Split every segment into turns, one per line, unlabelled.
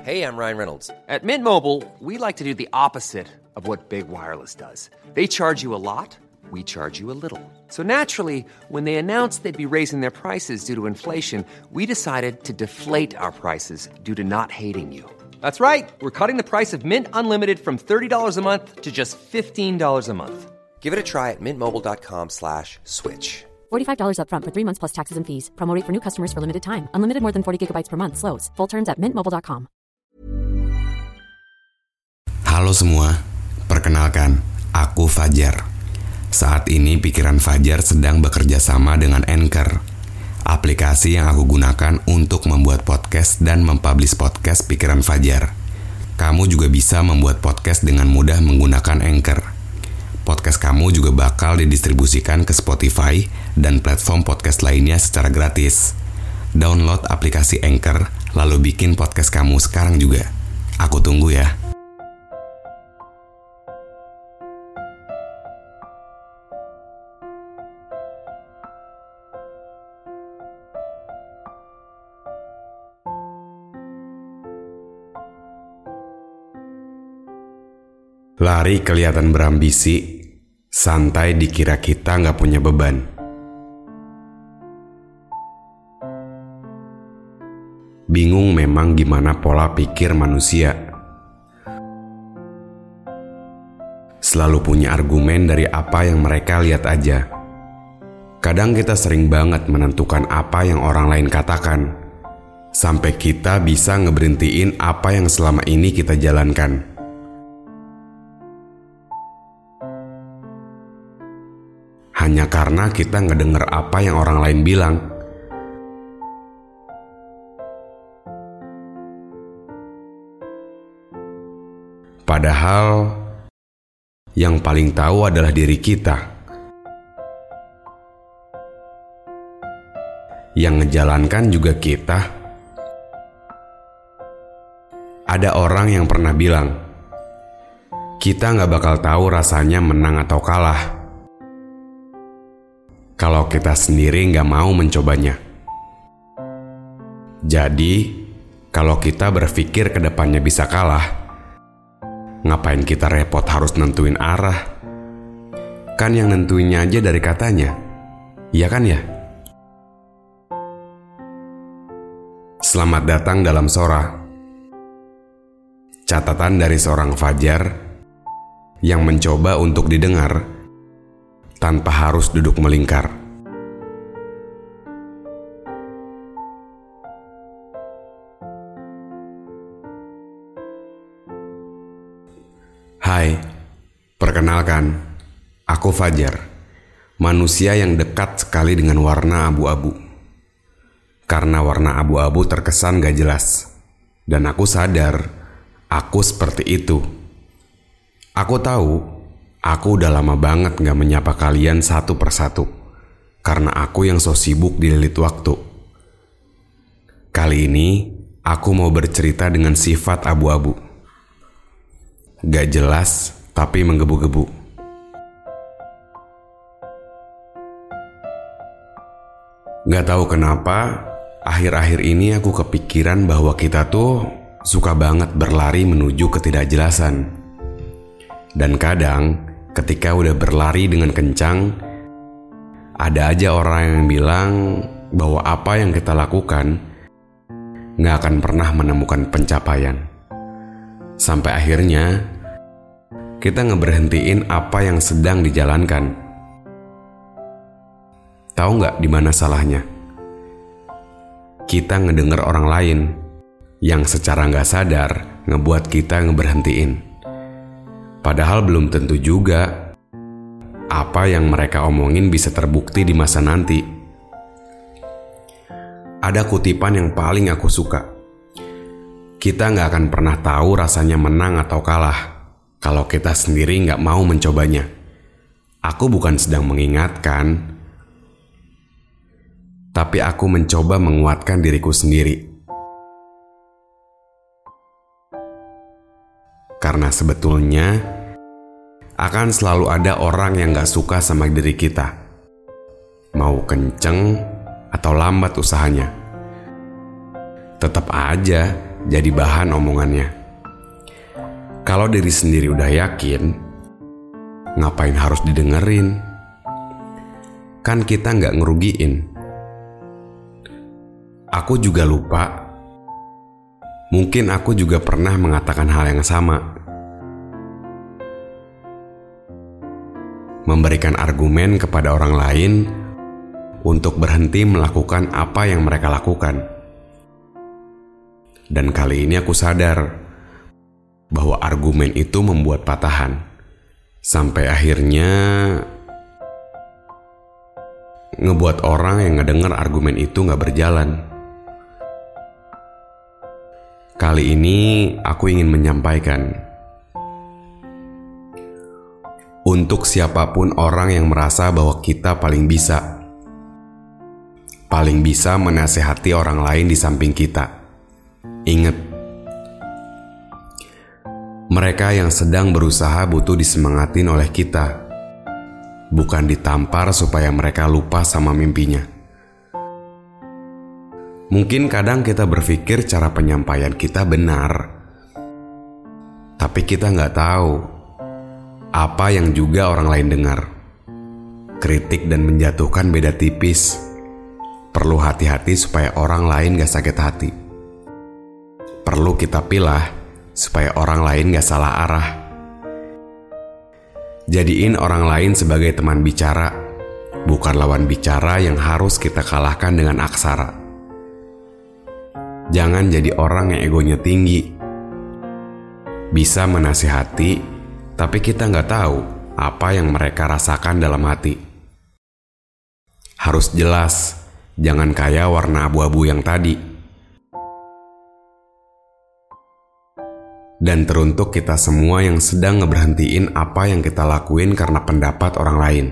Hey, I'm Ryan Reynolds.
At Mint Mobile, we like to do the opposite of what Big Wireless does. They charge you a lot, we charge you a little. So naturally, when they announced they'd be raising their prices due to inflation, we decided to deflate our prices due to not hating you. That's right. We're cutting the price of Mint Unlimited from $30 a month to just $15 a month.
Give it a try at mintmobile.com/switch.
$45 up front for 3 months plus taxes and fees. Promo rate for new customers for limited time. Unlimited more than 40 gigabytes per month. Slows full terms at mintmobile.com.
Halo semua, perkenalkan, aku Fajar. Saat ini pikiran Fajar sedang bekerja sama dengan Anchor, aplikasi yang aku gunakan untuk membuat podcast dan mempublish podcast pikiran Fajar. Kamu juga bisa membuat podcast dengan mudah menggunakan Anchor. Podcast kamu juga bakal didistribusikan ke Spotify dan platform podcast lainnya secara gratis. Download aplikasi Anchor, lalu bikin podcast kamu sekarang juga. Aku tunggu ya. Lari kelihatan berambisi, santai dikira kita nggak punya beban. Bingung memang gimana pola pikir manusia. Selalu punya argumen dari apa yang mereka lihat aja. Kadang kita sering banget menentukan apa yang orang lain katakan, sampai kita bisa ngeberhentiin apa yang selama ini kita jalankan. Hanya karena kita ngedenger apa yang orang lain bilang. Padahal yang paling tahu adalah diri kita. Yang ngejalankan juga kita. Ada orang yang pernah bilang, kita gak bakal tahu rasanya menang atau kalah kalau kita sendiri gak mau mencobanya. Jadi, kalau kita berpikir ke depannya bisa kalah, ngapain kita repot harus nentuin arah? Kan yang nentuinnya aja dari katanya, iya kan ya? Selamat datang dalam Sora. Catatan dari seorang Fajar yang mencoba untuk didengar tanpa harus duduk melingkar. Hai, perkenalkan, aku Fajar, manusia yang dekat sekali dengan warna abu-abu. Karena warna abu-abu terkesan gak jelas, dan aku sadar, aku seperti itu. Aku tahu, aku udah lama banget gak menyapa kalian satu persatu, karena aku yang so sibuk dililit waktu. Kali ini, aku mau bercerita dengan sifat abu-abu. Gak jelas, tapi menggebu-gebu. Gak tahu kenapa, akhir-akhir ini aku kepikiran bahwa kita tuh suka banget berlari menuju ketidakjelasan. Dan kadang, ketika udah berlari dengan kencang, ada aja orang yang bilang bahwa apa yang kita lakukan gak akan pernah menemukan pencapaian. Sampai akhirnya, kita ngeberhentiin apa yang sedang dijalankan. Tahu gak di mana salahnya? Kita ngedenger orang lain yang secara gak sadar ngebuat kita ngeberhentiin. Padahal belum tentu juga apa yang mereka omongin bisa terbukti di masa nanti. Ada kutipan yang paling aku suka. Kita gak akan pernah tahu rasanya menang atau kalah kalau kita sendiri gak mau mencobanya. Aku bukan sedang mengingatkan, tapi aku mencoba menguatkan diriku sendiri. Karena sebetulnya akan selalu ada orang yang gak suka sama diri kita. Mau kenceng atau lambat usahanya, tetap aja jadi bahan omongannya. Kalau diri sendiri udah yakin, ngapain harus didengerin? Kan kita nggak ngerugiin. Aku juga lupa. Mungkin aku juga pernah mengatakan hal yang sama. Memberikan argumen kepada orang lain untuk berhenti melakukan apa yang mereka lakukan. Dan kali ini aku sadar bahwa argumen itu membuat patahan. Sampai akhirnya ngebuat orang yang ngedenger argumen itu gak berjalan. Kali ini aku ingin menyampaikan, untuk siapapun orang yang merasa bahwa kita paling bisa menasehati orang lain di samping kita, ingat, mereka yang sedang berusaha butuh disemangatin oleh kita, bukan ditampar supaya mereka lupa sama mimpinya. Mungkin kadang kita berpikir cara penyampaian kita benar, tapi kita nggak tahu apa yang juga orang lain dengar. Kritik dan menjatuhkan beda tipis. Perlu hati-hati supaya orang lain gak sakit hati. Perlu kita pilah supaya orang lain gak salah arah. Jadiin orang lain sebagai teman bicara, bukan lawan bicara yang harus kita kalahkan dengan aksara. Jangan jadi orang yang egonya tinggi. Bisa menasihati, tapi kita gak tahu apa yang mereka rasakan dalam hati. Harus jelas, jangan kayak warna abu-abu yang tadi. Dan teruntuk kita semua yang sedang ngeberhentiin apa yang kita lakuin karena pendapat orang lain.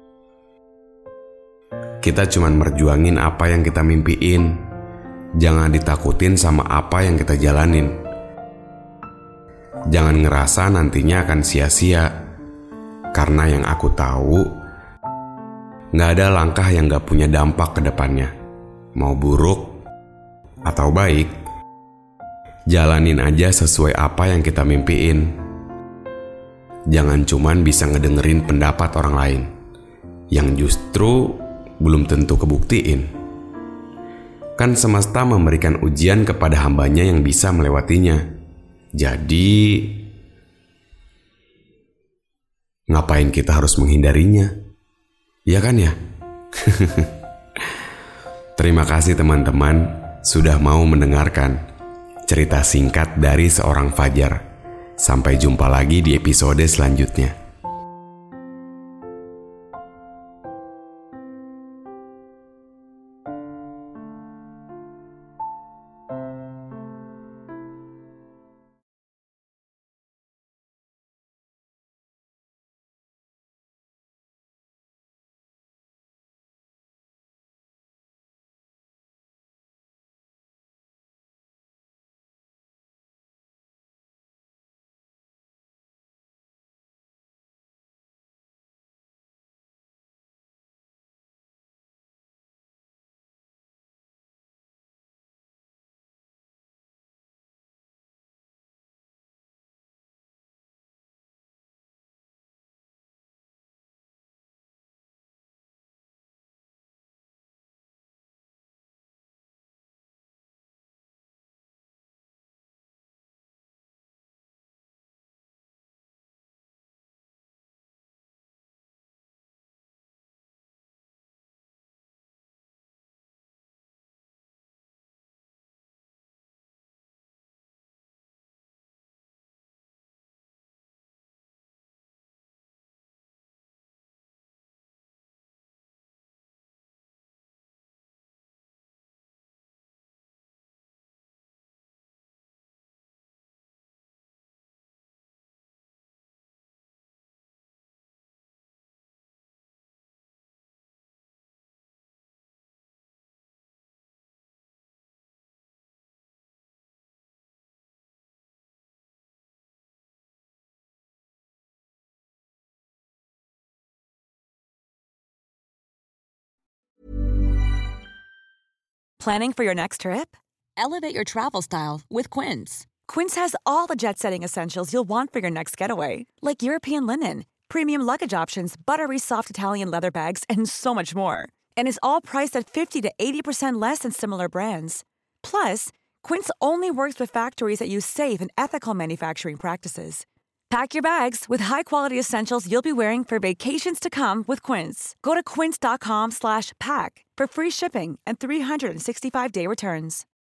Kita cuman merjuangin apa yang kita mimpiin. Jangan ditakutin sama apa yang kita jalanin. Jangan ngerasa nantinya akan sia-sia. Karena yang aku tahu, gak ada langkah yang gak punya dampak ke depannya. Mau buruk atau baik, jalanin aja sesuai apa yang kita mimpiin. Jangan cuman bisa ngedengerin pendapat orang lain yang justru belum tentu kebuktiin. Kan semesta memberikan ujian kepada hambanya yang bisa melewatinya. Jadi ngapain kita harus menghindarinya? Ya kan ya? Terima kasih teman-teman sudah mau mendengarkan cerita singkat dari seorang Fajar. Sampai jumpa lagi di episode selanjutnya.
Planning for your next trip? Elevate your travel style with Quince.
Quince has all the jet-setting essentials you'll want for your next getaway, like European linen, premium luggage options, buttery soft Italian leather bags, and so much more. And is all priced at 50 to 80% less than similar brands. Plus, Quince only works with factories that use safe and ethical manufacturing practices. Pack your bags with high-quality essentials you'll be wearing for vacations to come with Quince. Go to quince.com/pack for free shipping and 365-day returns.